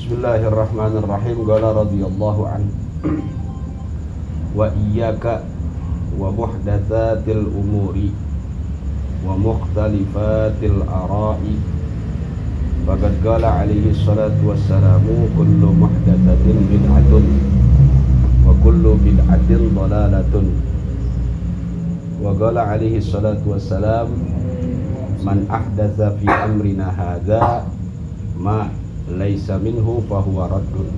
Bismillahirrahmanirrahim. Qala radhiyallahu anhu wa iyyaka wa muhdatsatil umuri wa mukhtalifatil ara'i. Faqad qala alaihi salatu wassalamu kullu muhdatsatin bid'atun wa kullu bid'atin dhalalatun. Wa qala alaihi salatu wassalam man ahdatsa fi amrina hadza ma laisa minhu fahuwa raddun.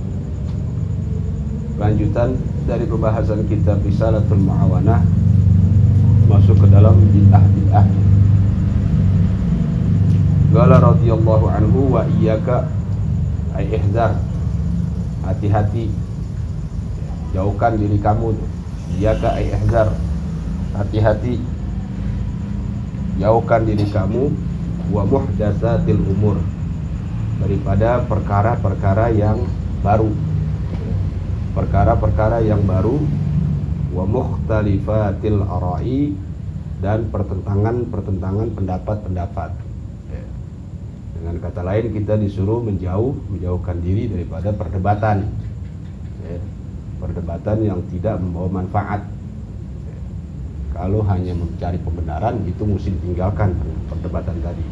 Lanjutan dari pembahasan kitab Risalatul Mu'awanah, masuk ke dalam bid'ah-bid'ah. Qala radhiyallahu anhu wa iyyaka ay ihzar, hati-hati, jauhkan diri kamu. Iyyaka ay ihzar, hati-hati, jauhkan diri kamu. Wa muhdatsatil umur, daripada perkara-perkara yang baru, perkara-perkara yang baru. Wa mukhtalifatil ara'i, dan pertentangan pendapat-pendapat. Dengan kata lain, kita disuruh menjauhkan diri daripada perdebatan, perdebatan yang tidak membawa manfaat. Kalau hanya mencari pembenaran, itu mesti ditinggalkan perdebatan tadi.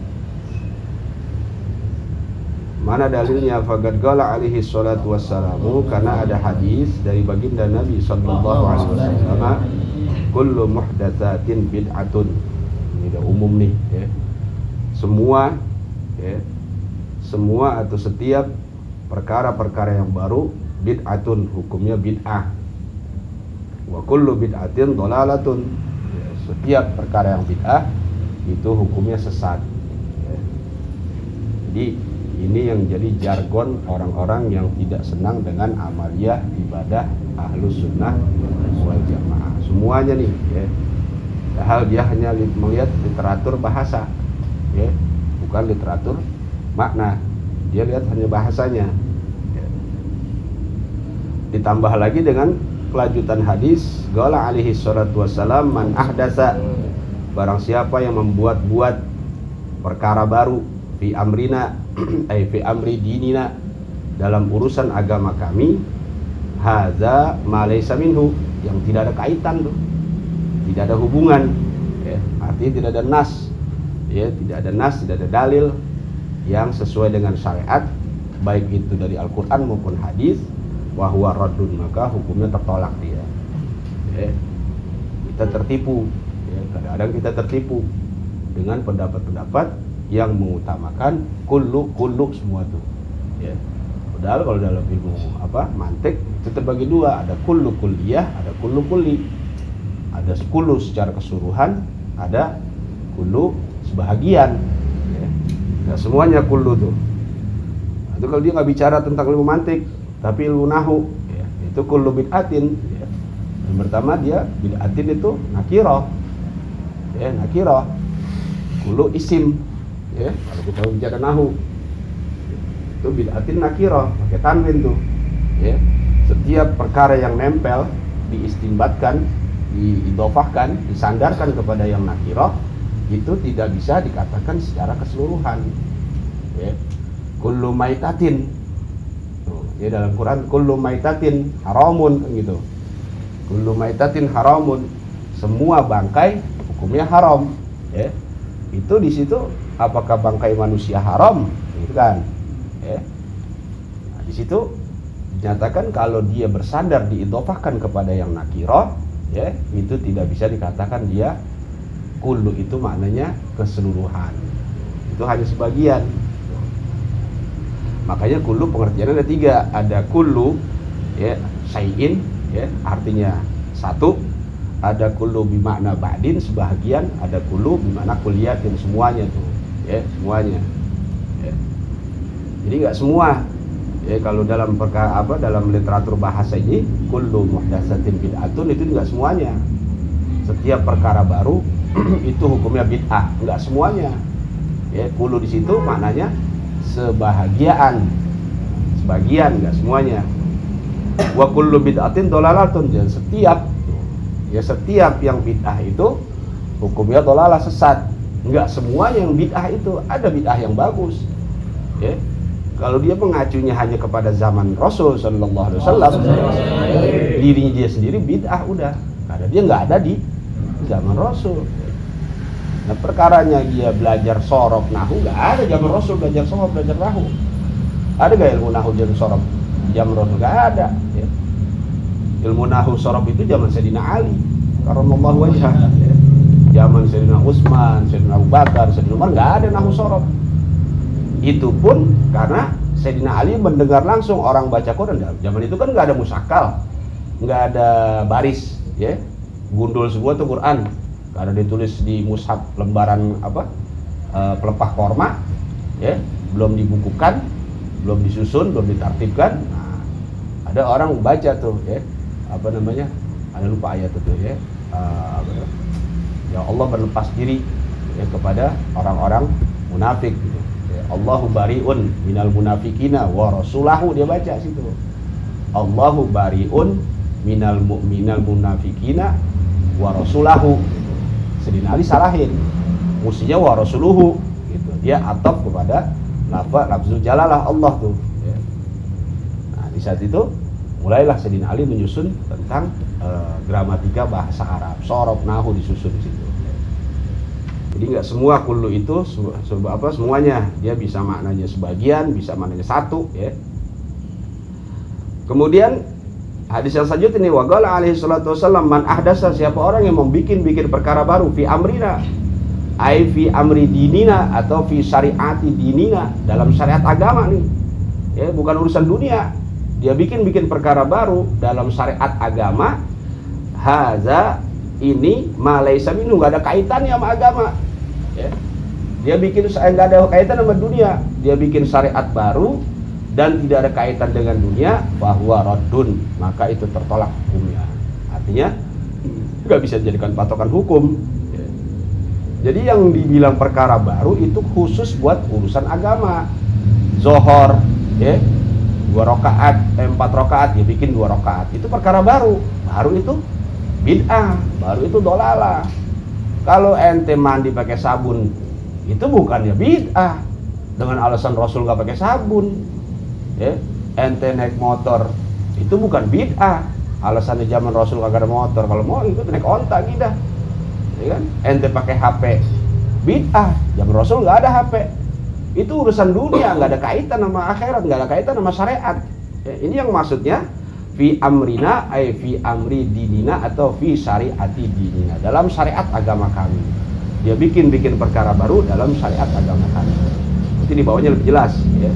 Mana dalilnya? Faqad qala alaihi salatu wassalamu, karena ada hadis dari baginda Nabi sallallahu alaihi wasallam, kullu muhdatsatin bid'atun. Ini udah umum nih, ya. Semua atau setiap perkara-perkara yang baru, bid'atun, hukumnya bid'ah. Wa kullu bid'atin dhalalatun, setiap perkara yang bid'ah itu hukumnya sesat. Jadi ini yang jadi jargon orang-orang yang tidak senang dengan amaliyah ibadah Ahlus Sunnah wal Jamaah. Semuanya nih, ya. Padahal dia hanya melihat literatur bahasa, ya, bukan literatur makna. Dia lihat hanya bahasanya, ya. Ditambah lagi dengan kelanjutan hadis, qala alaihi salatu wassalam man ahdasa, barang siapa yang membuat-buat perkara baru, fi amrina ay fi amri dinina, dalam urusan agama kami, hadza ma laysa minhu, yang tidak ada kaitan tuh, tidak ada hubungan, ya. Artinya tidak ada nas, ya, tidak ada nas, tidak ada dalil yang sesuai dengan syariat, baik itu dari Al-Quran maupun hadis, wa huwa raddun, maka hukumnya tertolak dia, ya. Kita tertipu, ya. Kadang-kadang kita tertipu dengan pendapat-pendapat yang mengutamakan kullu semua tuh, ya. Padahal kalau dalam ilmu mantik itu terbagi dua, ada kullu kulliyah, ada kullu kulli. Ada kullu secara keseluruhan, ada kullu sebahagian, ya. Nah, semuanya kullu tuh. Nah, itu kalau dia nggak bicara tentang ilmu mantik tapi ilmu nahu, ya, itu kullu bid'atin, ya. Yang pertama dia bid'atin itu nakirah, ya, nakirah. Kullu isim, ya, kalau kita bicara nahu itu bid'atin nakirah, pakai tanwin tuh, ya. Setiap perkara yang nempel, diistimbatkan, diidhofahkan, disandarkan kepada yang nakirah, itu tidak bisa dikatakan secara keseluruhan, ya. Kullu maitatin tuh, ya, dalam Quran kullu maitatin haramun, kan gitu. Kullu maitatin haramun, semua bangkai hukumnya haram, ya. Itu di situ apakah bangkai manusia haram, gitu kan, ya. Nah, di situ dinyatakan kalau dia bersandar diidhofahkan kepada yang nakirah, ya, itu tidak bisa dikatakan dia kullu, itu maknanya keseluruhan, itu hanya sebagian. Makanya kullu pengertiannya ada tiga, ada kullu, ya, syai'in, ya, artinya satu. Ada kullu bimakna ba'din, sebahagian. Ada kullu bimakna kulliyatin, semuanya tuh, ya, semuanya, ya. Jadi nggak semua, ya. Kalau dalam perkara dalam literatur bahasa ini kullu muhdatsatin bid'atun, itu nggak semuanya. Setiap perkara baru itu hukumnya bid'ah, nggak semuanya, ya. Kullu di situ maknanya sebahagian, nggak semuanya. Wa kullu bid'atin dhalalatun, dan setiap yang bid'ah itu hukumnya dhalalah, sesat. Enggak semua yang bid'ah itu, ada bid'ah yang bagus, ya. Kalau dia mengacunya hanya kepada zaman Rasul Sallallahu Alaihi Wasallam, dirinya dia sendiri bid'ah udah, karena dia nggak ada di zaman Rasul. Nah perkaranya dia belajar sorof nahu, nggak ada zaman Rasul belajar sorof, belajar nahu. Ada gak ilmu nahu jadi sorof? Zaman Rasul nggak ada. Ya. Ilmu nahu sorof itu zaman Sayyidina Ali, karramallahu wajhah. Ya. Zaman Sayyidina Utsman, Sayyidina Abu Bakar, Sayyidina Umar nggak ada nahu sorof. Itu pun karena Sayyidina Ali mendengar langsung orang baca Quran. Zaman itu kan nggak ada musakal, nggak ada baris, ya, gundul semua tuh Quran. Karena ditulis di mushaf lembaran pelepah korma, ya, belum dibukukan, belum disusun, belum ditartibkan. Nah, ada orang baca tuh, ya, ada lupa ayat itu, ya, ya Allah berlepas diri, ya, kepada orang-orang munafik. Gitu. Allahu bari'un minal munafikina wa rasulahu, dia baca situ. Allahu bari'un minal munafikina wa rasulahu. Sayyidina Ali salahin. Mestinya wa rasuluhu gitu. Dia ataf kepada lafzul jalalah Allah tuh, ya. Nah, di saat itu mulailah Sayyidina Ali menyusun tentang gramatika bahasa Arab, sorof nahu disusun di situ. Jadi nggak semua kullu itu semuanya, dia bisa maknanya sebagian, bisa maknanya satu, ya. Kemudian hadis yang selanjutnya ini, wa qala alaihi salatu wasallam, man ahdasa, siapa orang yang membikin perkara baru fi amrina, ai fi amri dinina, atau fi syariati dinina, dalam syariat agama nih, ya, bukan urusan dunia. Dia bikin perkara baru dalam syariat agama, haza, ini malaisa minhu, nggak ada kaitannya sama agama, ya. Dia bikin nggak ada kaitan sama dunia, dia bikin syariat baru dan tidak ada kaitan dengan dunia, bahwa raddun, maka itu tertolak hukumnya. Artinya nggak bisa dijadikan patokan hukum, ya. Jadi yang dibilang perkara baru itu khusus buat urusan agama. Zohor, ya, 2 rakaat, 4 rakaat, dia bikin 2 rakaat, itu perkara baru itu bid'ah, baru itu dolalah. Kalau ente mandi pakai sabun, itu bukannya bid'ah dengan alasan Rasul nggak pakai sabun, ya. Ente naik motor, itu bukan bid'ah alasannya zaman Rasul nggak ada motor, kalau mau itu naik onta gitu, ya kan. Ente pakai HP, bid'ah, zaman Rasul nggak ada HP. Itu urusan dunia, nggak ada kaitan sama akhirat, nggak ada kaitan sama syariat, ya. Ini yang maksudnya fi amrina, ay fi amri dinina, atau fi syariati dinina, dalam syariat agama kami. Dia bikin perkara baru dalam syariat agama kami. Nanti di bawahnya lebih jelas, ya.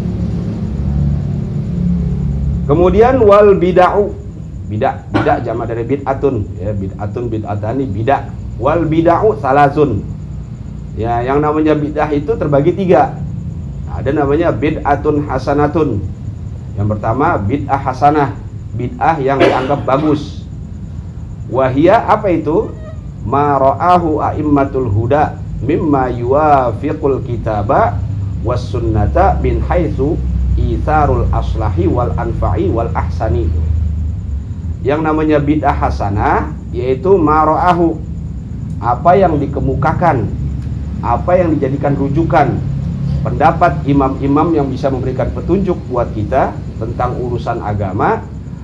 Kemudian wal bid'u, bidah jama dari bid'atun, ya, bid'atani bidah. Wal bid'u salasun, ya, yang namanya bidah itu terbagi 3. Ada namanya bid'atun hasanatun. Yang pertama bid'ah hasanah, bid'ah yang dianggap bagus. Wahia, apa itu? Ma ra'ahu a'immatul huda mimma yuwafiqul kitaba was sunnata min haitsu itharul aslahi wal anfa'i wal ahsani. Yang namanya bid'ah hasanah yaitu ma ra'ahu, apa yang dikemukakan, apa yang dijadikan rujukan, pendapat imam-imam yang bisa memberikan petunjuk buat kita tentang urusan agama.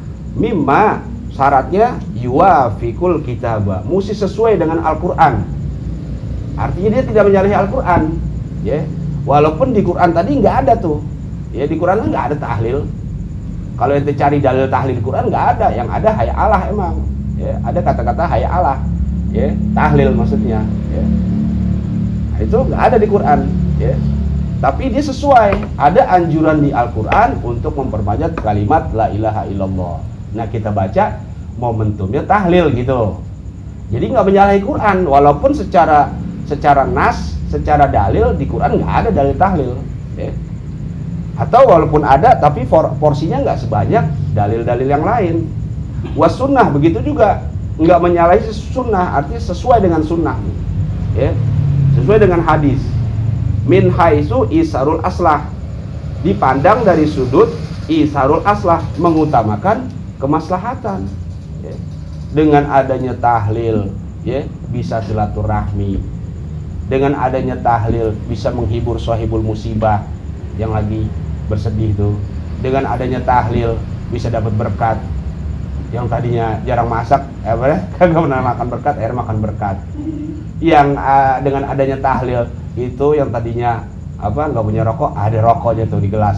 Mimma, syaratnya yuwafiqul kitaba, mesti sesuai dengan Al-Quran. Artinya dia tidak menyalahi Al-Quran, ya. Walaupun di Quran tadi nggak ada tuh, ya, di Quran nggak ada tahlil. Kalau ente cari dalil tahlil di Quran nggak ada, yang ada hayya Allah emang, ya. Ada kata-kata hayya Allah, ya, tahlil maksudnya, ya. Nah, itu nggak ada di Quran, ya. Tapi dia sesuai, ada anjuran di Al-Quran untuk memperbanyak kalimat la ilaha illallah. Nah, kita baca momentumnya tahlil gitu. Jadi nggak menyalahi Quran, walaupun secara nas, secara dalil di Quran nggak ada dalil tahlil, ya. Atau walaupun ada, tapi porsinya nggak sebanyak dalil-dalil yang lain. Was sunnah begitu juga, nggak menyalahi sunnah, artinya sesuai dengan sunnah, ya, sesuai dengan hadis. Min haitsu isarul aslah, dipandang dari sudut isarul aslah, mengutamakan kemaslahatan, ya. Dengan adanya tahlil, ya, bisa silaturahmi. Dengan adanya tahlil bisa menghibur sahibul musibah yang lagi bersedih tuh. Dengan adanya tahlil bisa dapat berkat. Yang tadinya jarang masak, kagak pernah makan berkat, akhirnya makan berkat. Yang dengan adanya tahlil itu yang tadinya nggak punya rokok, ada rokoknya tuh di gelas.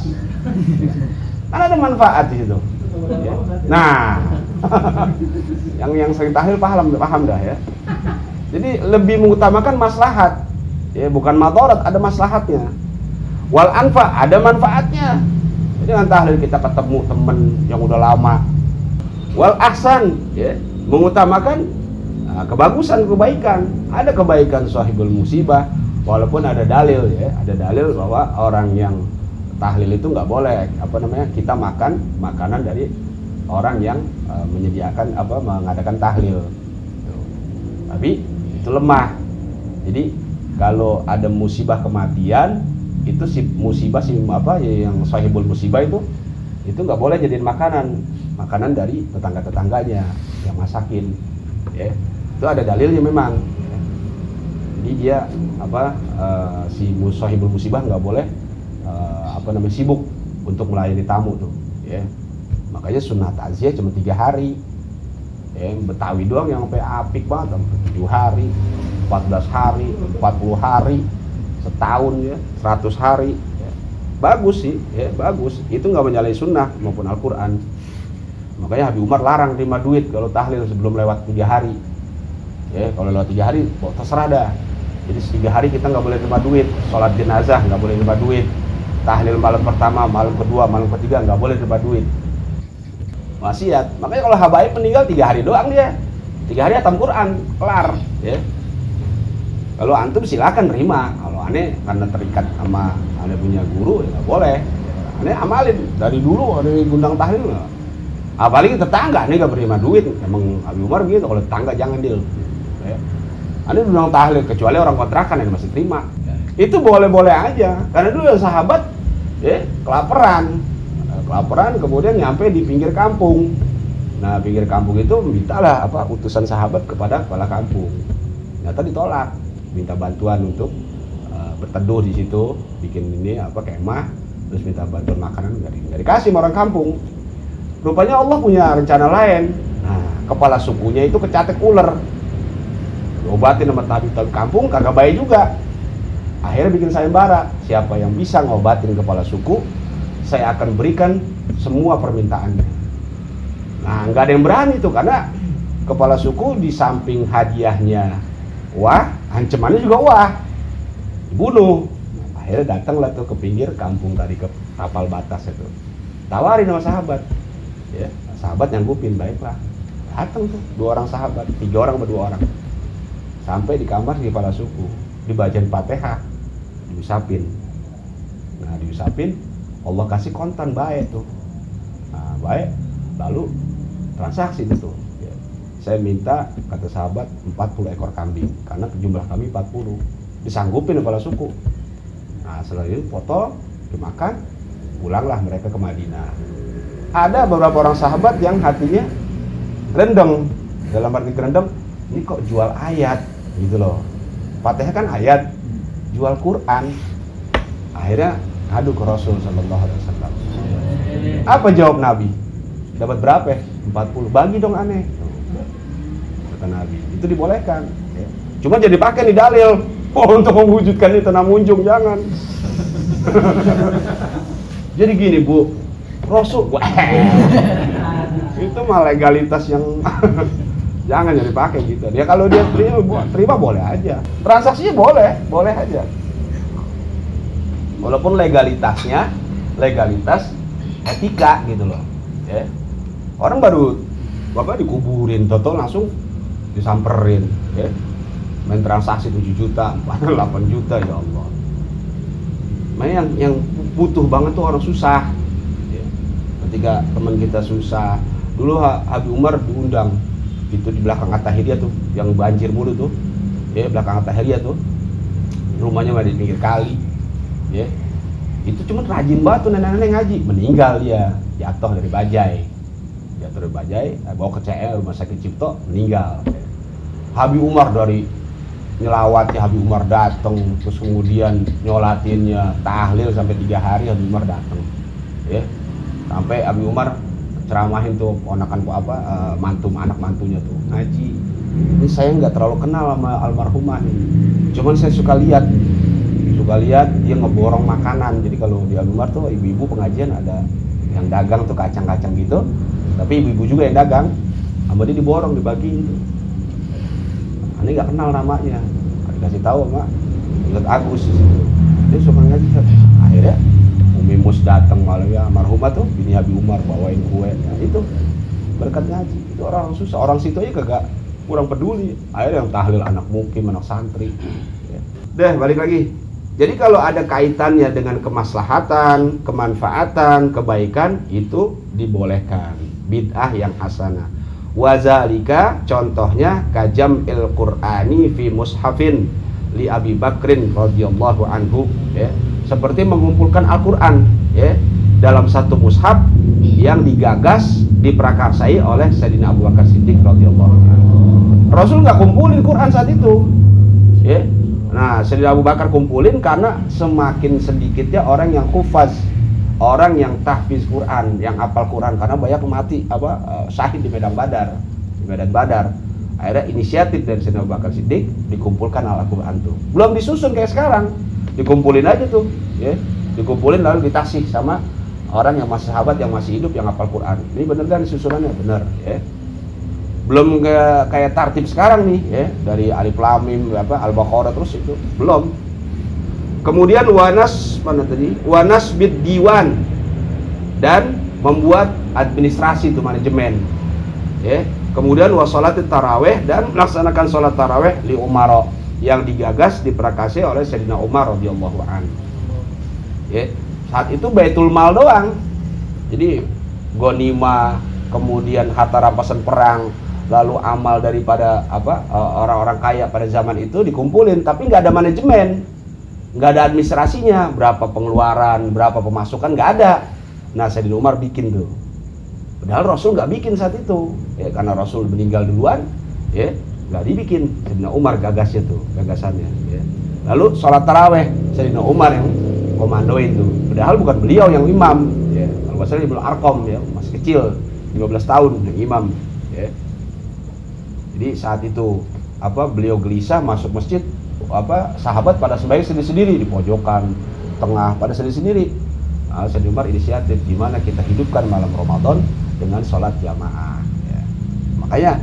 Kan ada manfaat di situ. Ya. Nah, yang sering tahlil paham dah ya. Jadi lebih mengutamakan maslahat, ya bukan madarat, ada maslahatnya. Wal anfa, ada manfaatnya. Jadi dengan tahlil kita ketemu teman yang udah lama. Wal ahsan, ya mengutamakan kebagusan, kebaikan. Ada kebaikan sahibul musibah, walaupun ada dalil ya, ada dalil bahwa orang yang tahlil itu nggak boleh kita makan makanan dari orang yang menyediakan mengadakan tahlil. Tapi itu lemah. Jadi kalau ada musibah kematian itu si musibah yang sahibul musibah itu nggak boleh jadiin makanan dari tetangga-tetangganya yang masakin. Ya. Itu ada dalilnya memang. Jadi dia si sahibul musibah nggak boleh sibuk untuk melayani tamu tuh. Ya. Makanya sunnah takziah cuma 3 hari. Betawi doang yang sampai apik banget, 7 hari, 14 hari, 40 hari, setahun ya, 100 hari. Ya. Bagus sih, ya bagus. Itu nggak menyalahi sunnah maupun Al-Quran. Makanya Habib Umar larang terima duit kalau tahlil sebelum lewat 3 hari. Ya, kalau lewat 3 hari, terserah dah. Jadi 3 hari kita nggak boleh terima duit. Sholat jenazah nggak boleh terima duit. Tahlil malam pertama, malam kedua, malam ketiga nggak boleh terima duit. Maksiat. Makanya kalau habaib meninggal 3 hari doang dia. 3 hari hatam Quran, kelar. Ya. Kalau antum silakan terima. Kalau aneh karena terikat sama aneh punya guru, ya nggak boleh. Aneh amalin dari dulu aneh gundang tahlil. Apalagi tetangga aneh nggak terima duit. Emang Habib Umar gitu. Kalau tetangga jangan deal. Ya. Aneh gundang tahlil kecuali orang kontrakan yang masih terima. Itu boleh-boleh aja. Karena dulu yang sahabat, ya kelaparan kemudian nyampe di pinggir kampung. Nah pinggir kampung itu mintalah utusan sahabat kepada kepala kampung. Ternyata ditolak, minta bantuan untuk berteduh di situ, bikin kemah, terus minta bantuan makanan nggak dikasih sama orang kampung. Rupanya Allah punya rencana lain. Nah kepala sukunya itu kecatek ular, diobatin sama tabib kampung kagak baik juga. Akhirnya bikin sayembara, siapa yang bisa ngobatin kepala suku, saya akan berikan semua permintaannya. Nah, nggak ada yang berani tuh karena kepala suku di samping hadiahnya wah, ancamannya juga wah, dibunuh. Nah, akhirnya datanglah tuh ke pinggir kampung tadi, ke tapal batas itu. Tawarin sama sahabat, ya sahabat nyanggupin, baiklah. Datang tuh 2 orang sahabat, 3 orang atau 2 orang, sampai di kamar di kepala suku, dibacain Fatihah, diusapin. Nah diusapin, Allah kasih kontan baik tuh. Nah baik, lalu transaksi itu tuh. Ya. Saya minta, kata sahabat, 40 ekor kambing karena jumlah kami 40. Disanggupin kepala suku. Nah setelah itu foto, dimakan, pulanglah mereka ke Madinah. Ada beberapa orang sahabat yang hatinya rendeng. Dalam arti rendeng, ini kok jual ayat gitu loh. Fatihah kan ayat, jual Quran. Akhirnya adu ke Rasul sallallahu alaihi wasallam. Apa jawab Nabi? Dapat berapa? 40. Bagi dong aneh. Kata Nabi. Itu dibolehkan. Ya. Cuma jadi pakai nih dalil. Untuk mewujudkan itu namunjung jangan. Jadi gini Bu, Rasul. Itu mah legalitas yang jangan jadi pakai gitu. Dia kalau dia terima boleh aja. Transaksinya boleh aja. Walaupun legalitas etika gitu loh. Ya. Orang baru dikuburin, toto langsung disamperin, ya. Main transaksi 7 juta, 8 juta, ya Allah. Makanya yang butuh banget tuh orang susah. Ya. Ketika teman kita susah, dulu Habib Umar diundang itu di belakang At-Tahiriyah tuh, yang banjir mulu tuh, ya belakang At-Tahiriyah tuh, rumahnya ada di pinggir kali. Ya, itu cuma rajin banget tuh nenek-nenek ngaji, meninggal dia, jatuh dari bajai, bawa ke CL rumah sakit Cipto, meninggal. Habib Umar dari nyelawatnya Habib Umar datang, terus kemudian nyolatinnya tahlil sampai 3 hari Habib Umar datang. ya. Sampai Abi Umar ceramahin tuh ponakan apa anak mantunya tuh ngaji. Ini saya nggak terlalu kenal sama almarhumah nih, cuman saya suka lihat dia ngeborong makanan. Jadi kalau di Abi Umar tuh ibu-ibu pengajian ada yang dagang tuh kacang-kacang gitu, tapi ibu-ibu juga yang dagang, sama dia diborong dibagiin tuh. Ini nggak kenal namanya, dikasih tahu sama Ingat Agus di situ. Dia suka ngaji. Akhirnya Umi Mus datang malam ya, almarhumah tuh bini Abi Umar bawain kue. Ya, itu berkat ngaji. Itu orang susah, orang situ aja kagak kurang peduli. Akhirnya yang tahlil anak mukim, anak santri. Ya. Deh balik lagi. Jadi kalau ada kaitannya dengan kemaslahatan, kemanfaatan, kebaikan, itu dibolehkan. Bid'ah yang hasanah. Wazalika contohnya kajam Qur'ani fi mushafin li Abi Bakrin radhiyallahu anhu, ya. Seperti mengumpulkan Al-Qur'an, ya, dalam satu mushaf yang digagas, diprakarsai oleh Sayyidina Abu Bakar Siddiq radhiyallahu anhu. Rasul nggak kumpulin Quran saat itu, ya. Nah, Sayyidina Abu Bakar kumpulin karena semakin sedikitnya orang yang hufaz, orang yang tahfiz Quran, yang hafal Quran, karena banyak mati syahid di medan Badar. Akhirnya inisiatif dari Sayyidina Abu Bakar Siddiq dikumpulkan Al-Quran tuh. Belum disusun kayak sekarang, dikumpulin aja tuh, ya. Dikumpulin lalu ditasih sama orang yang masih sahabat yang masih hidup yang hafal Quran. Ini bener kan susunannya? Bener, ya. Belum kayak tartib sekarang nih, ya, dari Alif Lam Mim Al-Baqarah terus itu belum. Kemudian wanas bid diwan, dan membuat administrasi itu manajemen, ya. Kemudian wasolatit taraweh, dan melaksanakan sholat taraweh li Umar yang digagas diprakarsai oleh Sayyidina Umar radhiyallahu anhu. Ya, saat itu baitul mal doang. Jadi ghanimah, kemudian harta rampasan perang, lalu amal daripada orang-orang kaya pada zaman itu dikumpulin, tapi nggak ada manajemen, nggak ada administrasinya, berapa pengeluaran, berapa pemasukan, nggak ada. Nah, Sayyidina Umar bikin tuh. Padahal Rasul nggak bikin saat itu, ya, karena Rasul meninggal duluan, ya, nggak dibikin. Sayyidina Umar gagasannya. Ya. Lalu sholat taraweh, Sayyidina Umar yang komandoin tuh. Padahal bukan beliau yang imam, ya. Kalau nggak salah Ibnu Arqam, ya, masih kecil, 15 tahun yang imam, ya. Jadi saat itu beliau gelisah masuk masjid, sahabat pada sembahyang sendiri-sendiri di pojokan tengah, pada sendiri-sendiri. Nah, Sayyidina Umar inisiatif gimana kita hidupkan malam Ramadan dengan sholat jamaah, ya. Makanya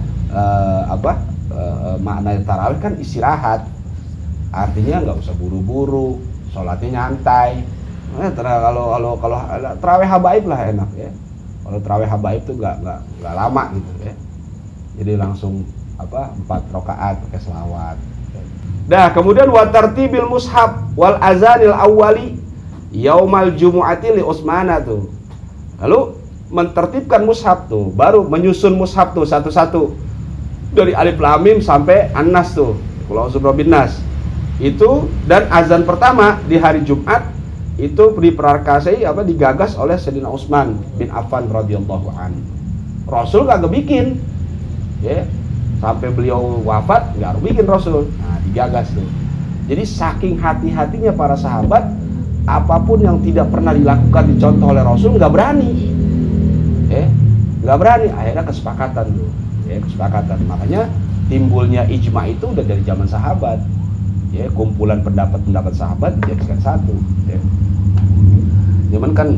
makna tarawih kan istirahat, artinya nggak usah buru-buru, sholatnya nyantai. Kalau tarawih habaib lah enak, ya. Kalau tarawih habaib tuh nggak lama gitu, ya. Jadi langsung 4 rakaat pakai selawat. Nah, kemudian wa tartibil mushaf wal azanil awwali yaumal jumu'ati li Utsmana tuh. Lalu mentertibkan mushaf tuh, baru menyusun mushaf tuh satu-satu dari Alif Lam Mim sampai An-Nas tuh, Qul a'udzu birabbin nas. Itu dan azan pertama di hari Jumat itu diprakarsai digagas oleh Sayyidina Utsman bin Affan radhiyallahu anhu. Rasul kagak bikin, ya. Sampai beliau wafat nggak bikin Rasul. Nah, digagas tuh. Jadi saking hati-hatinya para sahabat, apapun yang tidak pernah dilakukan dicontoh oleh Rasul nggak berani, nggak berani. Akhirnya kesepakatan tuh, ya, kesepakatan. Makanya timbulnya ijma itu udah dari zaman sahabat, ya, kumpulan pendapat sahabat dijadikan satu, ya. Cuman kan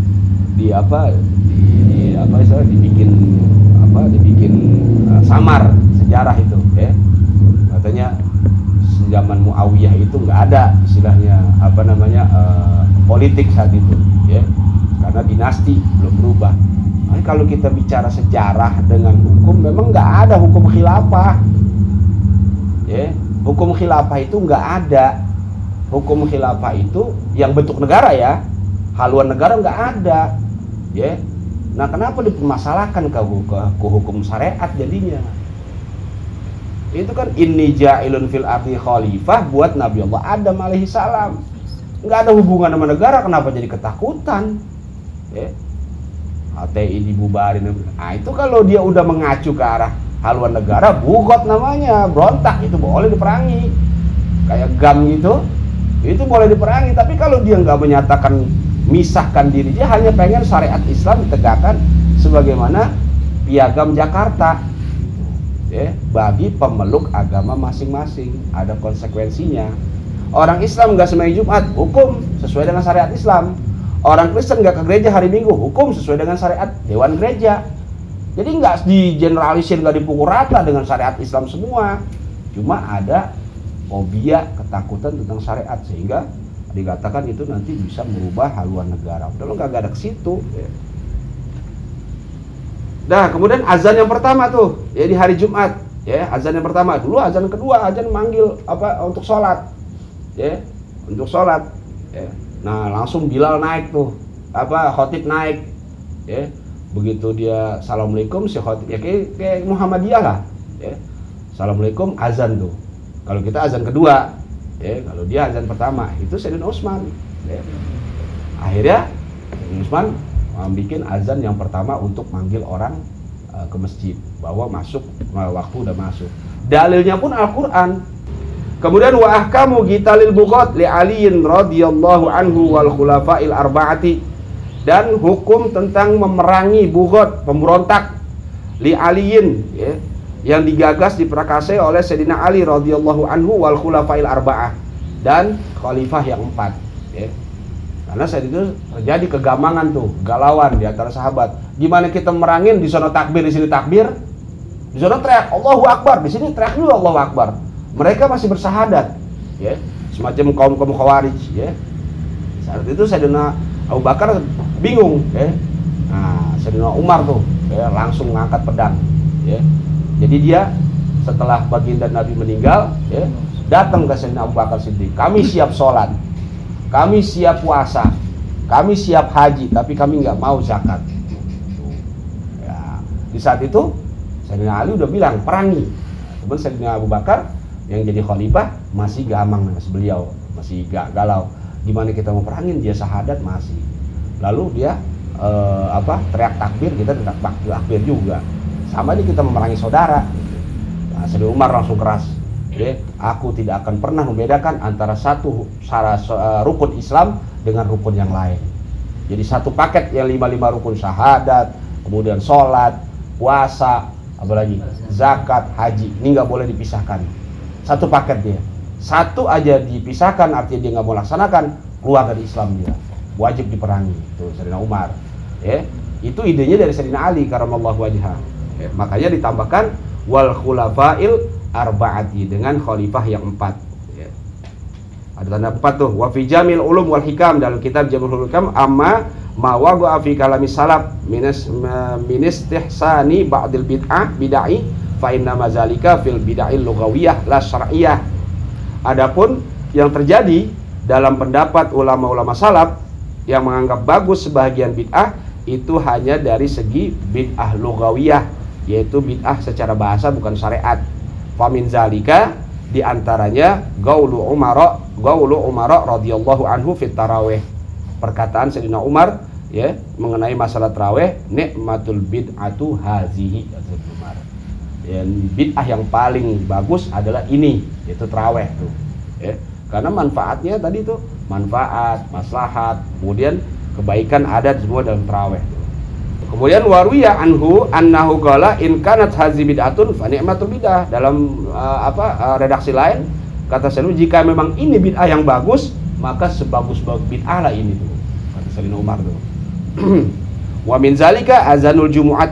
dibikin samar sejarah itu, ya. Katanya zaman Muawiyah itu nggak ada istilahnya politik saat itu, ya, karena dinasti belum berubah. Nah, kalau kita bicara sejarah dengan hukum, memang nggak ada hukum khilafah, ya. Hukum khilafah itu nggak ada. Hukum khilafah itu yang bentuk negara, ya, haluan negara nggak ada, ya. Nah, kenapa dipermasalahkan ke hukum syariat jadinya? Itu kan inni ja'ilun fil ardi khalifah buat Nabi Allah Adam alaihi salam. Nggak ada hubungan sama negara, kenapa jadi ketakutan? Ya. HTI dibubarin. Nah, itu kalau dia udah mengacu ke arah haluan negara, bugot namanya, berontak, itu boleh diperangi. Kayak GAM gitu, itu boleh diperangi. Tapi kalau dia nggak menyatakan misahkan diri, dia hanya pengen syariat Islam ditegakkan sebagaimana piagam Jakarta, ya, bagi pemeluk agama masing-masing. Ada konsekuensinya. Orang Islam nggak sembahyang Jumat, hukum sesuai dengan syariat Islam. Orang Kristen nggak ke gereja hari Minggu, hukum sesuai dengan syariat Dewan Gereja. Jadi nggak digeneralisir, nggak dipukul rata dengan syariat Islam semua. Cuma ada fobia, ketakutan tentang syariat, sehingga dikatakan itu nanti bisa merubah haluan negara. Udah lo nggak ada ke situ. Nah, kemudian azan yang pertama tuh, ya di hari Jumat, ya azan yang pertama. Dulu azan kedua, azan manggil apa untuk sholat, ya untuk sholat. Ya. Nah, langsung Bilal naik tuh, apa khotib naik, ya. Begitu dia assalamualaikum, si khotib ya kayak Muhammadiyah lah, ya. Assalamualaikum, azan tuh. Kalau kita azan kedua, ya, kalau dia azan pertama, itu Sayyidina Utsman. Ya. Akhirnya Sayyidina Utsman bikin azan yang pertama untuk manggil orang ke masjid, bahwa masuk waktu udah masuk. Dalilnya pun Al-Qur'an. Kemudian wa ahkamu qitalil bughat li Aliin radhiyallahu anhu wal khulafa'il arba'ati, dan hukum tentang memerangi bughat, pemberontak, li Aliin, ya, yang digagas diperakasai oleh Sayyidina Ali radhiyallahu anhu wal khulafa'il arba'ah, dan khalifah yang 4, ya. Karena saat itu terjadi kegamangan tuh, galauan di antara sahabat. Gimana kita merangin, di sana takbir, di sini takbir, di sana teriak Allahu Akbar, di sini teriak juga Allahu Akbar. Mereka masih bersahadat, ya, semacam kaum Khawarij, ya. Saat itu Sayyidina Abu Bakar bingung, ya. Nah, Sayyidina Umar tuh, ya, langsung mengangkat pedang, ya. Jadi dia setelah baginda Nabi meninggal, ya, datang ke Sayyidina Abu Bakar Siddiq. Kami siap sholat, kami siap puasa, kami siap haji, tapi kami nggak mau zakat. Ya, di saat itu Sayyidina Ali udah bilang perangi. Kemudian Sayyidina Abu Bakar yang jadi khalifah masih gamang, beliau masih galau. Gimana kita mau perangin? Dia syahadat masih. Lalu dia teriak takbir, kita teriak takbir juga. Sama ini kita memerangi saudara. Nah, Sayyidina Umar langsung keras. Ya, aku tidak akan pernah membedakan antara satu rukun Islam dengan rukun yang lain. Jadi satu paket yang 5 rukun, syahadat, kemudian sholat, puasa, apalagi zakat, haji, ini nggak boleh dipisahkan. Satu paket dia. Satu aja dipisahkan artinya dia nggak mau laksanakan, keluar dari Islam dia. Wajib diperangi. Itu Sayyidina Umar. Ya, itu idenya dari Sayyidina Ali karamallahu wajhah. Ya, makanya ditambahkan wal khulafa'il arba'ati, dengan khalifah yang 4. Ya. Ada tanda 4 tuh. Wa fi jamil ulum wal hikam, dalam kitab Jamul Hikam amma ma waqa fi kalami salaf min istihsani ba'dil bid'ah fa inna mazalika fil bid'ahil lughawiyah la syar'iyyah. Adapun yang terjadi dalam pendapat ulama-ulama salaf yang menganggap bagus sebahagian bid'ah, itu hanya dari segi bid'ah lughawiyah, yaitu bid'ah secara bahasa bukan syariat. Famin zalika, diantaranya gaulu Umar radhiyallahu anhu fit tarawih, perkataan Sayyidina Umar, ya, mengenai masalah tarawih, nikmatul bid'atu hazihi, Umar. Dan bid'ah yang paling bagus adalah ini, yaitu tarawih tuh, ya. Karena manfaatnya tadi tuh, manfaat, maslahat, kemudian kebaikan ada semua dalam tarawih. Kemudian waruya anhu annahu qala in kanat hazi bid'atun fa ni'matul bid'ah. Dalam redaksi lain kata Sayyidina, jika memang ini bid'ah yang bagus, maka sebagus-bagus bid'ah lah ini tuh, kata Sayyidina Umar tuh. Wa min zalika azanul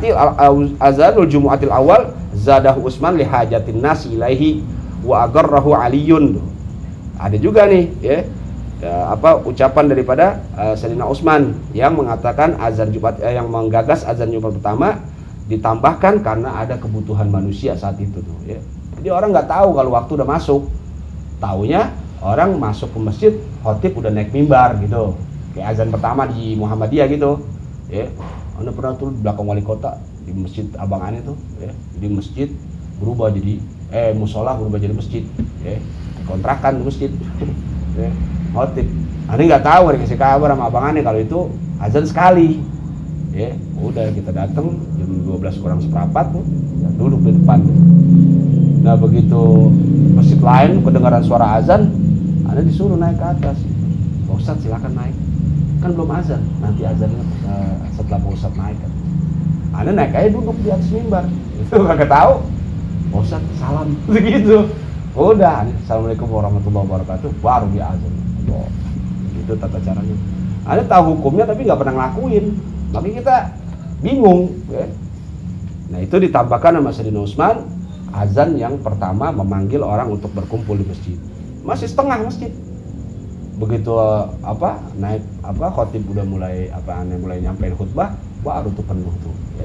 jumu'atil awal zadahu Utsman li hajatin nas ilaihi wa agarrahu Aliyun. Ada juga nih, ya, ucapan daripada Sayyidina Utsman yang mengatakan azan Jumat, yang menggagas azan Jumat pertama ditambahkan karena ada kebutuhan manusia saat itu tuh, ya. Jadi orang nggak tahu kalau waktu udah masuk, taunya orang masuk ke masjid, khotib udah naik mimbar gitu, kayak azan pertama di Muhammadiyah gitu, ya. Anda pernah tuh di belakang wali kota di masjid Abang Ane tuh, ya. Jadi masjid berubah jadi musola berubah jadi masjid, ya. Kontrakan masjid, ya. Khotib, Ane nggak tahu, dikasih kabar sama Abang Ane kalau itu azan sekali, ya. Udah kita datang jam 12 kurang seperempat tuh, ya, duduk di depan. Nah begitu masjid lain kedengaran suara azan, Ane disuruh naik ke atas. Pak Ustadz silakan naik. kan belum azan, nanti azannya setelah Pak Ustadz naik kan. Ana naik aja duduk di atas mimbar, itu kagak tahu. Pak Ustadz salam begitu. Udah, assalamualaikum warahmatullahi wabarakatuh, baru dia azan. Oh, itu tata caranya. Ana tahu hukumnya tapi nggak pernah ngelakuin, makanya kita bingung. Ya. Nah itu ditambahkan sama Sayyidina Utsman, azan yang pertama memanggil orang untuk berkumpul di masjid. Masih setengah masjid. Begitu naik khotib udah mulai mulai nyampein khutbah, baru tuh penuh tuh. Ya.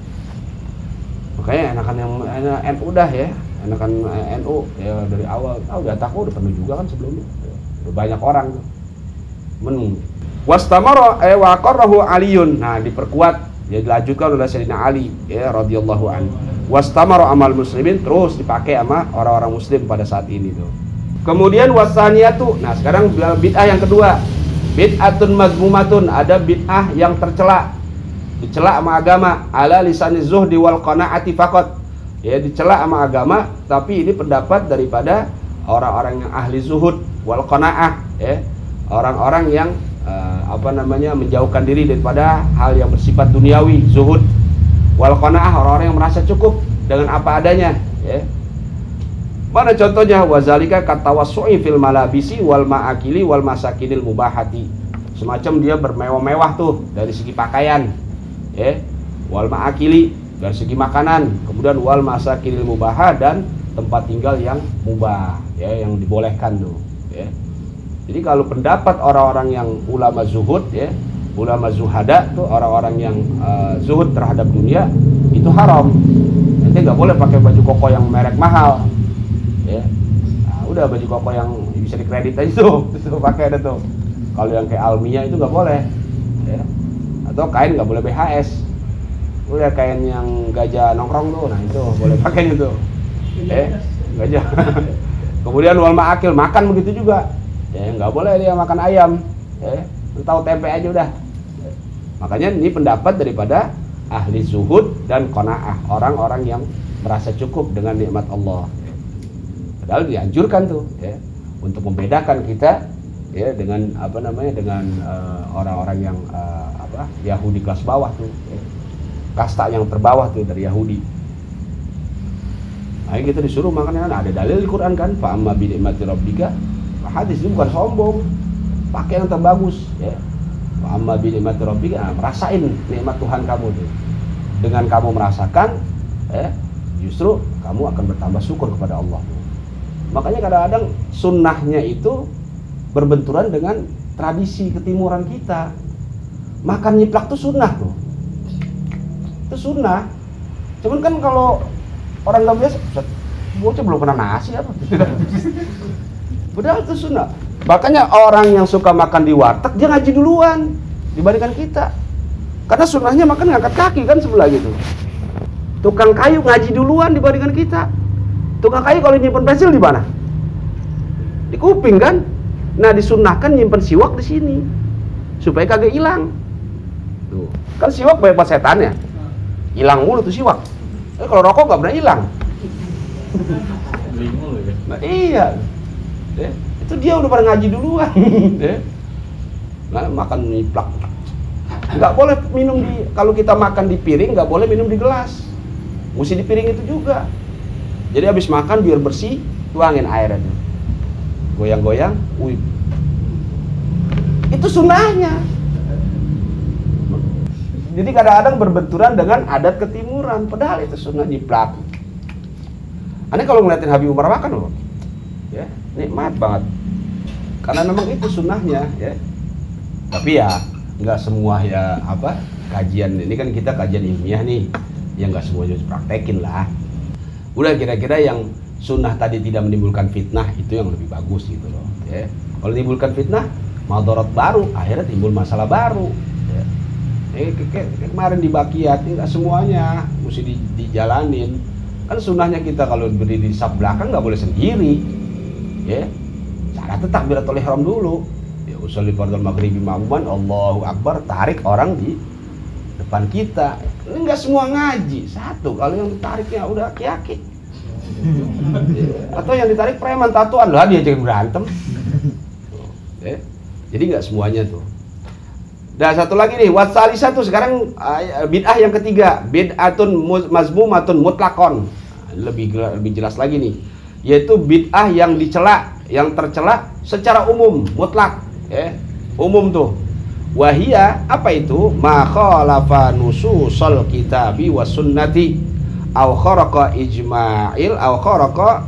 Makanya enakan yang NU dah ya, enakan NU ya dari awal. Udah takut udah penuh juga kan sebelumnya. Ya. Udah banyak orang tuh. Menung. Wastamara wa qarrahu Aliyun. Nah, diperkuat ya dilanjutkan oleh Sayyidina Ali ya radhiyallahu anhu. Wastamara amal muslimin, terus dipakai sama orang-orang muslim pada saat ini tuh. Kemudian wasaniyatu. Nah, sekarang bid'ah yang kedua. Bid'atun mazmumatun, ada bid'ah yang tercela. Dicela sama agama, ala lisani zuhdi wal qanaati faqat. Ya, dicela sama agama, tapi ini pendapat daripada orang-orang yang ahli zuhud wal qanaah ya. Orang-orang yang menjauhkan diri daripada hal yang bersifat duniawi, zuhud wal qanaah, orang-orang yang merasa cukup dengan apa adanya ya. Mana contohnya? Wazalika katawassu'i fil malabisi wal ma'akili wal masakinil mubahati. Semacam dia bermewah-mewah tuh dari segi pakaian ya, wal ma'akili dari segi makanan, kemudian wal masakinil mubahah dan tempat tinggal yang mubah ya, yang dibolehkan tuh ya. Jadi kalau pendapat orang-orang yang ulama zuhud ya, ulama zuhada tuh orang-orang yang zuhud terhadap dunia itu haram. Nanti nggak boleh pakai baju koko yang merek mahal ya. Nah, udah baju koko yang bisa dikredit aja tuh pakai ada tuh. Kalau yang kayak Almia itu nggak boleh ya. Atau kain nggak boleh BHS. Udah kain yang gajah nongkrong tuh, nah itu boleh pakai itu gajah. Kemudian wal ma'akil, makan begitu juga ya, nggak boleh dia makan ayam ya, tahu tempe aja udah. Makanya ini pendapat daripada ahli zuhud dan qanaah, orang-orang yang merasa cukup dengan nikmat Allah. Padahal dianjurkan tuh ya, untuk membedakan kita ya dengan dengan orang-orang yang Yahudi kelas bawah tuh ya. Kasta yang terbawah tuh dari Yahudi. Nah, kita disuruh makan, ada dalil di Quran kan, fa amma bi ni'mati rabbika. Hadis ini bukan sombong, pakai yang terbagus ya. Fa amma bi ni'mati rabbika, merasain nikmat Tuhan kamu tuh. Dengan kamu merasakan ya, justru kamu akan bertambah syukur kepada Allah. Makanya kadang-kadang sunnahnya itu berbenturan dengan tradisi ketimuran kita. Makan nyiplak tuh sunnah tuh. Itu sunnah. Cuman kan kalau orang nggak biasa, bocah belum pernah nasi apa? Padahal itu sunnah. Makanya orang yang suka makan di warteg dia ngaji duluan dibandingkan kita. Karena sunnahnya makan ngangkat kaki kan sebelah gitu. Tukang kayu ngaji duluan dibandingkan kita. Tukang kayu kalau nyimpen pensil di mana? Di kuping kan? Nah, disunnahkan nyimpen siwak di sini supaya kagak hilang. Tuh. Kan siwak banyak setannya. Hilang mulu tuh siwak. Kalau rokok nggak pernah hilang. Nah, iya. Itu dia udah pada ngaji duluan. Nah, makan nyiplak. Nggak boleh minum kalau kita makan di piring, nggak boleh minum di gelas. Mesti di piring itu juga. Jadi habis makan biar bersih, tuangin air aja. Goyang-goyang, itu sunnahnya. Jadi kadang-kadang berbenturan dengan adat ketimuran, padahal itu sunnah nyiplak. Aneh kalau ngeliatin Habib Umar makan loh, ya nikmat banget. Karena memang itu sunnahnya, ya. Tapi ya nggak semua ya kajian ini kan kita kajian ilmiah nih, ya nggak semuanya praktekin lah. Udah kira-kira yang sunnah tadi tidak menimbulkan fitnah itu yang lebih bagus gitu loh. Ya. Kalau menimbulkan fitnah, madarat baru, akhirnya timbul masalah baru. Ya. Kayak kemarin di Bakiyat, nggak semuanya mesti dijalanin. Kan sunnahnya kita kalau berdiri di saf belakang nggak boleh sendiri, ya. Syaratnya takbiratul ihram dulu. Ya usolli fardhul maghribi ma'muman, Allahu Akbar, tarik orang di depan kita. Ini nggak semua ngaji. Satu, kalau yang ditariknya udah aki-aki. Atau yang ditarik preman tatuan lah, dia jangan berantem. Ya. Jadi nggak semuanya tuh. Dan satu lagi nih, wasalisatu sekarang bid'ah yang ketiga, bid'atun mazmumatun mutlaqon. Lebih jelas lagi nih, yaitu bid'ah yang dicela, yang tercela secara umum, mutlak, ya. Umum tuh. Wahia, apa itu? Ma khalafa nususul kitabi was sunnati au kharaqa ijma'il au kharaqa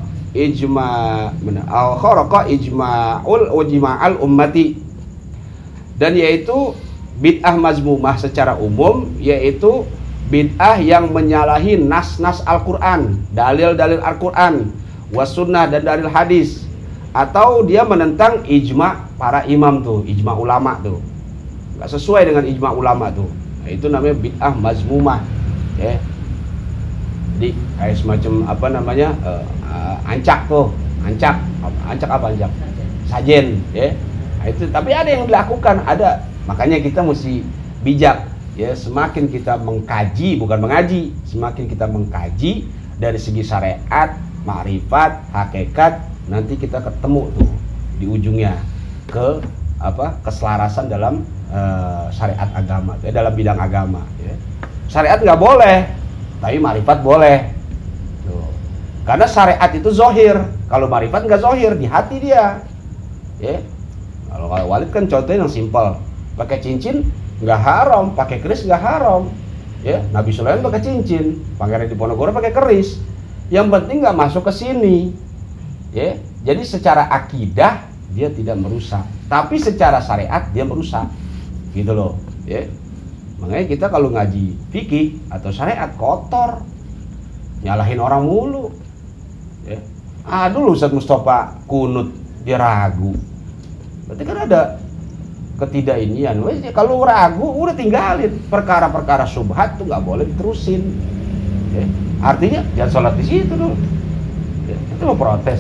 ijma'al ummati. Dan yaitu bid'ah mazmumah secara umum, yaitu bid'ah yang menyalahi nas-nas Al-Quran, dalil-dalil Al-Quran, was-sunnah dan dalil hadis, atau dia menentang ijma' para imam tuh, ijma' ulama tuh, nggak sesuai dengan ijma' ulama tuh. Nah, itu namanya bid'ah mazmumah, ya. Jadi kayak semacam apa namanya, ancak tuh, ancak apa ancak? Sajen, ya. Nah, itu tapi ada yang dilakukan, ada. Makanya kita mesti bijak, ya. Semakin kita mengkaji, bukan mengaji, semakin kita mengkaji dari segi syariat, makrifat, hakikat, nanti kita ketemu tuh di ujungnya ke apa, keselarasan dalam syariat agama, ya, dalam bidang agama, ya. Syariat nggak boleh, tapi makrifat boleh tuh. Karena syariat itu zohir, kalau makrifat nggak zohir, di hati dia, ya. Kalau walid kan contohnya yang simpel, pakai cincin nggak haram, pakai keris nggak haram, ya. Nabi Sulaiman pakai cincin, Pangeran Diponegoro pakai keris, yang penting nggak masuk ke sini, ya. Jadi secara akidah dia tidak merusak, tapi secara syariat dia merusak, gitu loh, ya. Makanya kita kalau ngaji fikih atau syariat kotor, nyalahin orang mulu, ya. Dulu Ustadz Mustafa kunut dia ragu, berarti kan ada ketidakinian. Kalau ragu udah tinggalin, perkara-perkara syubhat tuh nggak boleh diterusin, ya. Artinya jangan sholat di situ dulu, ya. Itu mau protes,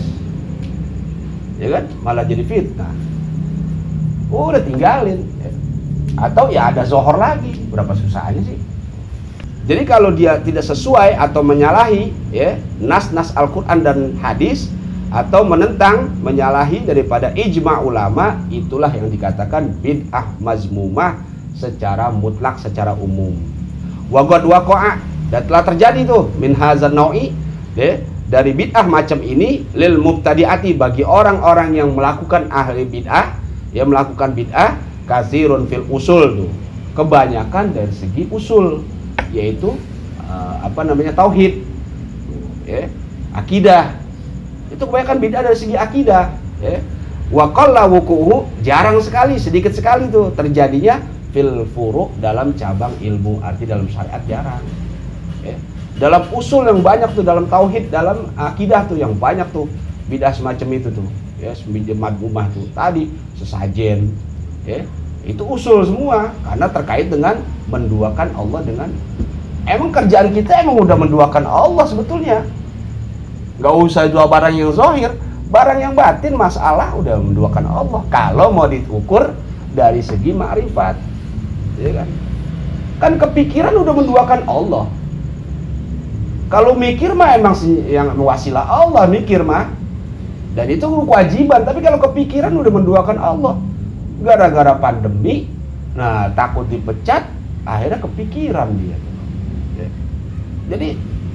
ya kan, malah jadi fitnah, udah tinggalin, ya. Atau ya ada zohor lagi, berapa susahnya sih. Jadi kalau dia tidak sesuai atau menyalahi, ya, nas-nas Al-Quran dan hadis, atau menentang, menyalahi daripada ijma' ulama, itulah yang dikatakan bid'ah mazmumah secara mutlak, secara umum. Wa qad waqa'a, dan telah terjadi tuh min hadzal nau'i, ya, dari bid'ah macam ini, lil mubtadi'ati, bagi orang-orang yang melakukan ahli bid'ah, yang melakukan bid'ah, kasirun fil usul tuh, kebanyakan dari segi usul, yaitu tauhid, ya, akidah. Itu kebanyakan bid'ah dari segi akidah, ya. Wa qalla wuqu'uhu, jarang sekali, sedikit sekali tuh terjadinya fil furu', dalam cabang ilmu, arti dalam syariat jarang, ya. Dalam usul yang banyak tuh, dalam tauhid, dalam akidah tuh yang banyak tuh bid'ah semacam itu tuh, ya. Madmumah tuh tadi, sesajen, ya. Itu usul semua, karena terkait dengan menduakan Allah dengan, emang kerjaan kita emang udah menduakan Allah sebetulnya. Gak usah jual barang yang zahir, barang yang batin masalah udah menduakan Allah, kalau mau diukur dari segi ma'rifat, ya kan? Kan kepikiran udah menduakan Allah. Kalau mikir mah emang yang wasilah Allah mikir mah, dan itu kewajiban. Tapi kalau kepikiran udah menduakan Allah, gara-gara pandemi, nah takut dipecat, akhirnya kepikiran dia. Ya. Jadi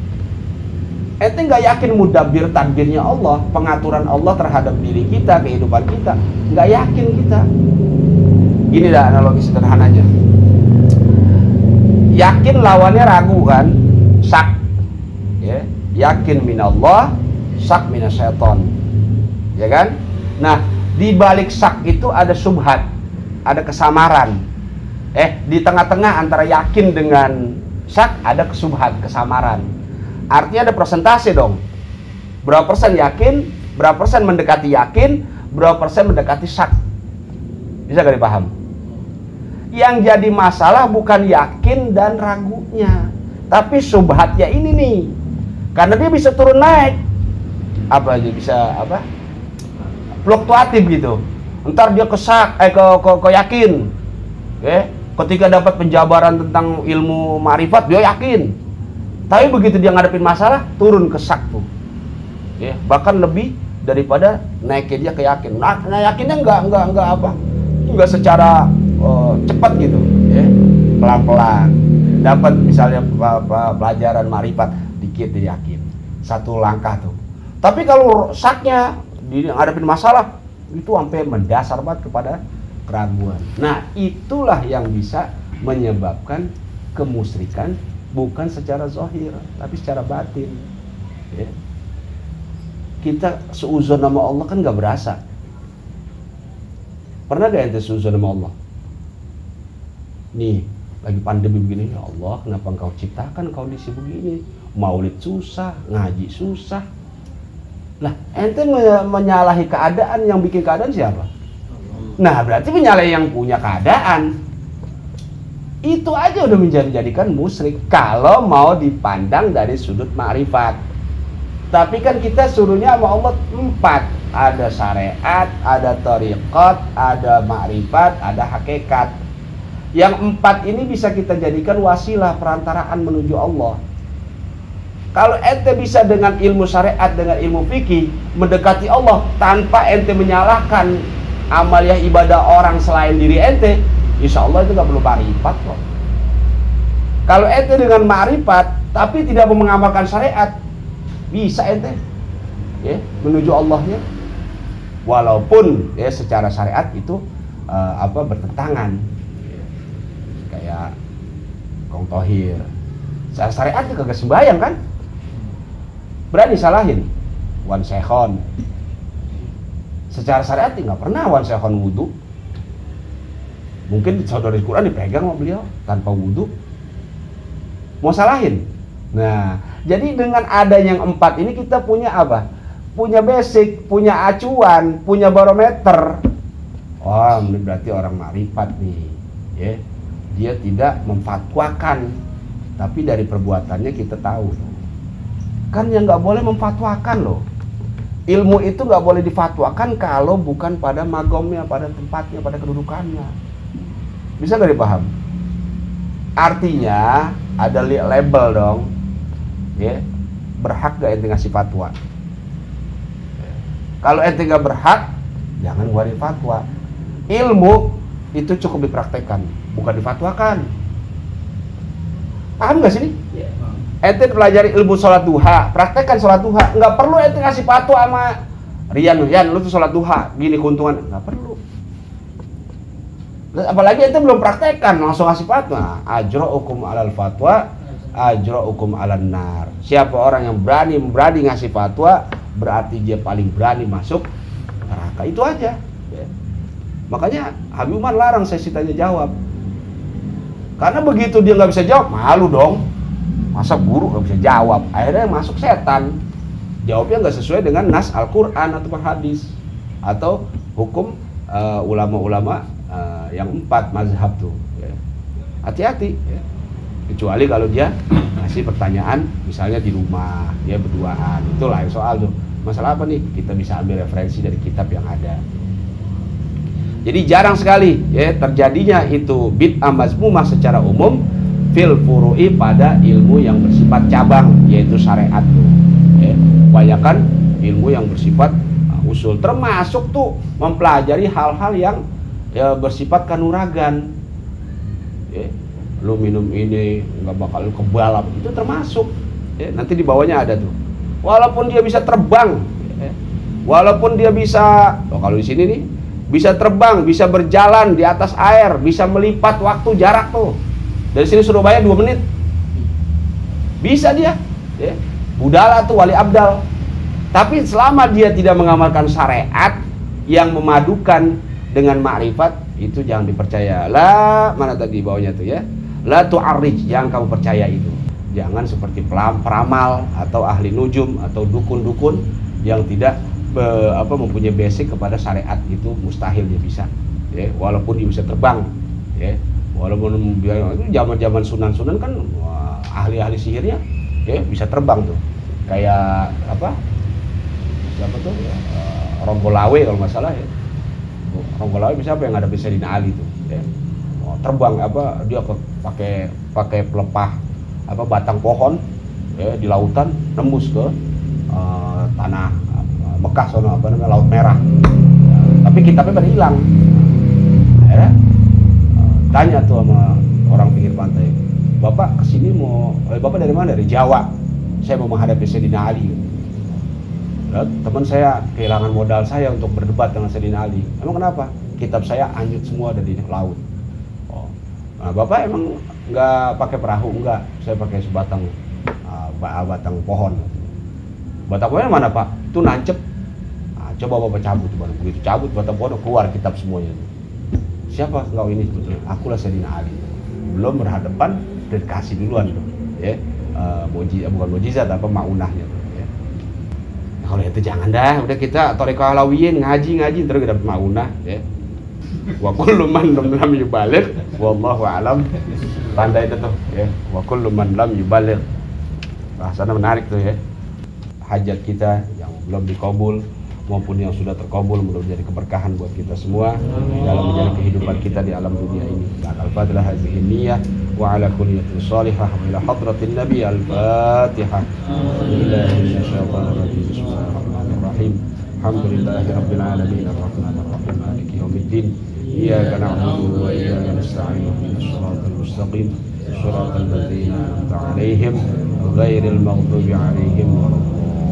ente nggak yakin mudabbir tadbirnya Allah, pengaturan Allah terhadap diri kita, kehidupan kita, nggak yakin kita. Gini dah analogi sederhananya. Yakin lawannya ragu kan, syak, ya. Yakin minallah, syak minasyaiton, ya kan? Nah, di balik syak itu ada subhat, ada kesamaran. Di tengah-tengah antara yakin dengan syak ada kesubhat, kesamaran. Artinya ada persentase dong. Berapa persen yakin, berapa persen mendekati yakin, berapa persen mendekati syak. Bisa gak dipaham? Yang jadi masalah bukan yakin dan ragunya, tapi subhatnya ini nih. Karena dia bisa turun naik. Apa aja bisa apa? Fluktuatif gitu. Ntar dia ke yakin. Ya, ketika dapat penjabaran tentang ilmu ma'rifat dia yakin. Tapi begitu dia ngadepin masalah, turun ke syak tuh, ya, bahkan lebih daripada naiknya dia ke yakin. Nah yakinnya enggak secara cepat gitu, ya, pelan-pelan. Dapat misalnya pelajaran makrifat dikit dia yakin, satu langkah tuh. Tapi kalau saknya dihadapin masalah itu sampai mendasar banget kepada keraguan. Nah, itulah yang bisa menyebabkan kemusyrikan, bukan secara zahir tapi secara batin, ya. Kita seuzon nama Allah kan gak berasa. Pernah gak ente seuzon nama Allah? Nih, lagi pandemi begini, ya Allah, kenapa engkau ciptakan kondisi begini? Maulid susah, ngaji susah. Lah, ente menyalahi keadaan, yang bikin keadaan siapa? Nah, berarti menyalahi yang punya keadaan. Itu aja udah menjadikan musyrik kalau mau dipandang dari sudut makrifat. Tapi kan kita suruhnya sama Allah 4. Ada syariat, ada thariqat, ada makrifat, ada hakikat. Yang 4 ini bisa kita jadikan wasilah perantaraan menuju Allah. Kalau ente bisa dengan ilmu syariat, dengan ilmu fikih mendekati Allah tanpa ente menyalahkan amaliyah ibadah orang selain diri ente, insya Allah itu gak perlu makrifat kok. Kalau ente dengan makrifat tapi tidak mengamalkan syariat, bisa ente, ya, menuju Allahnya. Walaupun ya secara syariat itu bertentangan, kayak kong tohir. Secara syariat itu kagak sembahyang kan? Berani salahin wan sehon. Secara syariat nggak pernah wan sehon wudu. Mungkin saudara Quran dipegang sama beliau tanpa wudu, mau salahin. Nah, jadi dengan adanya yang 4 ini kita punya apa? Punya basic, punya acuan, punya barometer. Oh, ini berarti orang makrifat nih, ya. Dia tidak memfatwakan, tapi dari perbuatannya kita tahu. Kan yang nggak boleh memfatwakan loh. Ilmu itu nggak boleh difatwakan kalau bukan pada magomnya, pada tempatnya, pada kedudukannya. Bisa nggak dipaham? Artinya ada label dong. Ya, berhak gak ente ngasih fatwa? Kalau ente gak berhak, jangan ngeluarin fatwa. Ilmu itu cukup dipraktekkan, bukan difatwakan. Paham gak sih? Ente pelajari ilmu sholat duha, praktekkan sholat duha. Nggak perlu ente ngasih fatwa sama Rian, lu tuh sholat duha gini keuntungan, nggak perlu. Apalagi ente belum praktekkan langsung ngasih fatwa. Ajra'ukum alal fatwa ajra'ukum alan nar. Siapa orang yang berani ngasih fatwa, berarti dia paling berani masuk neraka. Itu aja, ya. Makanya Habib Umar larang sesi tanya jawab. Karena begitu dia nggak bisa jawab, malu dong. Masa guru nggak bisa jawab? Akhirnya masuk setan. Jawabnya nggak sesuai dengan nas Al-Quran atau hadis atau hukum ulama-ulama yang 4 mazhab tuh, ya. Hati-hati, ya. Kecuali kalau dia ngasih pertanyaan misalnya di rumah, dia berduaan, itu lain soal tuh. Masalah apa nih? Kita bisa ambil referensi dari kitab yang ada. Jadi jarang sekali ya terjadinya itu bid'ah mazmumah secara umum fil furu'i pada ilmu yang bersifat cabang, yaitu syariat tuh. Ya, kebanyakan ilmu yang bersifat usul, termasuk tuh mempelajari hal-hal yang ya, bersifat kanuragan. Ya, lu minum ini nggak bakal lu kebalap, itu termasuk, ya, nanti di bawahnya ada tuh. Walaupun dia bisa terbang, ya, walaupun dia bisa, kalau di sini nih bisa terbang, bisa berjalan di atas air, bisa melipat waktu jarak tuh dari sini Surabaya 2 menit, bisa dia, ya. Budala tuh wali abdal. Tapi selama dia tidak mengamalkan syariat yang memadukan dengan makrifat, itu jangan dipercaya. Lah, mana tadi bawahnya tuh ya? La tu'arrij, jangan kamu percaya itu. Jangan seperti peramal atau ahli nujum atau dukun-dukun yang tidak mempunyai basic kepada syariat, itu mustahil dia bisa. Ya, walaupun dia bisa terbang, ya. Walaupun zaman-zaman sunan-sunan kan ahli-ahli sihirnya ya bisa terbang tuh. Kayak apa? Siapa tuh? Ya, Rombolawe kalau nggak salah ya. Rombolawe bisa apa yang ada Sayyidina Ali tuh, ya. Terbang dia pakai pelepah batang pohon, ya, di lautan nembus ke tanah Mekah sono Laut Merah. Ya, tapi kitabnya pada hilang. Akhirnya Tanya tuh sama orang pinggir pantai, Bapak kesini Bapak dari mana? Dari Jawa. Saya mau menghadapi Sayyidina Ali. Teman saya kehilangan modal saya untuk berdebat dengan Sayyidina Ali. Emang kenapa? Kitab saya hanyut semua ada di laut. Nah, Bapak emang nggak pakai perahu? Enggak, saya pakai sebatang batang pohon. Batang pohonnya mana Pak? Itu nancep. Nah, coba Bapak cabut, begitu cabut batang pohon keluar kitab semuanya. Siapa engkau ini sebetulnya? Akulah Sayyidina Ali. Belum berhadapan, udah dikasih duluan tuh, ya. Bukan mujizat apa maunahnya tuh, ya. Nah, kalau itu jangan dah, udah kita thariqah alawiyin ngaji terus dapat maunah, ya. Wa kullu man lam yubaligh wallahu alam. Tanda itu tuh, ya. Wa kullu man lam yubaligh. Bahasanya menarik tuh, ya. Hajat kita yang belum dikabul maupun yang sudah terkabul mudah-mudahan jadi keberkahan buat kita semua dalam menjalani kehidupan kita di alam dunia ini. Al-Fadlah hadhihi niyyah wa ala kulli niyatin shalihah wa ila hadratin nabi al-Fatihah. Bismillahirrahmanirrahim. Alhamdulillahi rabbil alamin arrahmanir rahim maliki yaumiddin. Iyyaka na'budu wa iyyaka nasta'in ihdinas siratal mustaqim siratal ladzina an'amta 'alaihim ghairil maghdubi 'alaihim waladdallin.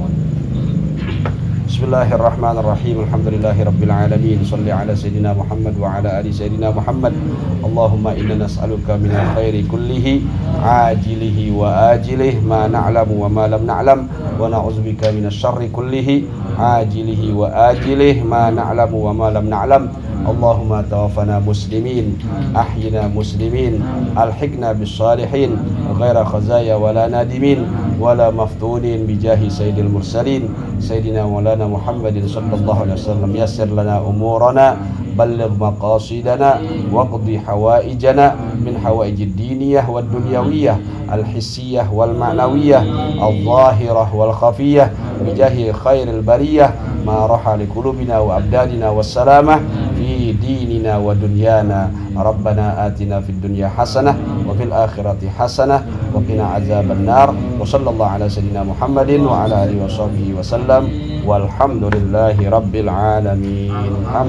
Bismillahirrahmanirrahim. Alhamdulillahi rabbil alamin. Shalli ala sayyidina Muhammad wa ala ali sayyidina Muhammad. Allahumma inna nas'aluka minal khairi kullihi ajilihi wa ajilihi ma na'lamu wa ma lam na'lam wa na'udzubika minasy syarri kullihi ajilihi wa ajilihi ma na'lamu wa ma lam na'lam. Allahumma tawaffana muslimin ahyina muslimin alhiqna bis salihin ghaira khazaya wala nadimin wala maftunin bijahi sayyidil mursalin sayyidina maulana Muhammadin sallallahu alaihi wasallam. Yassir lana umurana balligh maqasidana waqdi hawaijana min hawaijid diniyah wad dunyawiyah al-hissiyah wal ma'nawiyah al-zahirah wal khafiyah bijahi khairil bariyah ma raha li qulubina wa abdadina wassalamah fi dinina wa dunyana. Rabbana atina fid dunya hasanah wa fil akhirati hasanah wa qina azaban nar. Wa sallallahu ala sayyidina Muhammadin wa ala alihi wa sahbihi wa sallam walhamdulillahi rabbil alamin.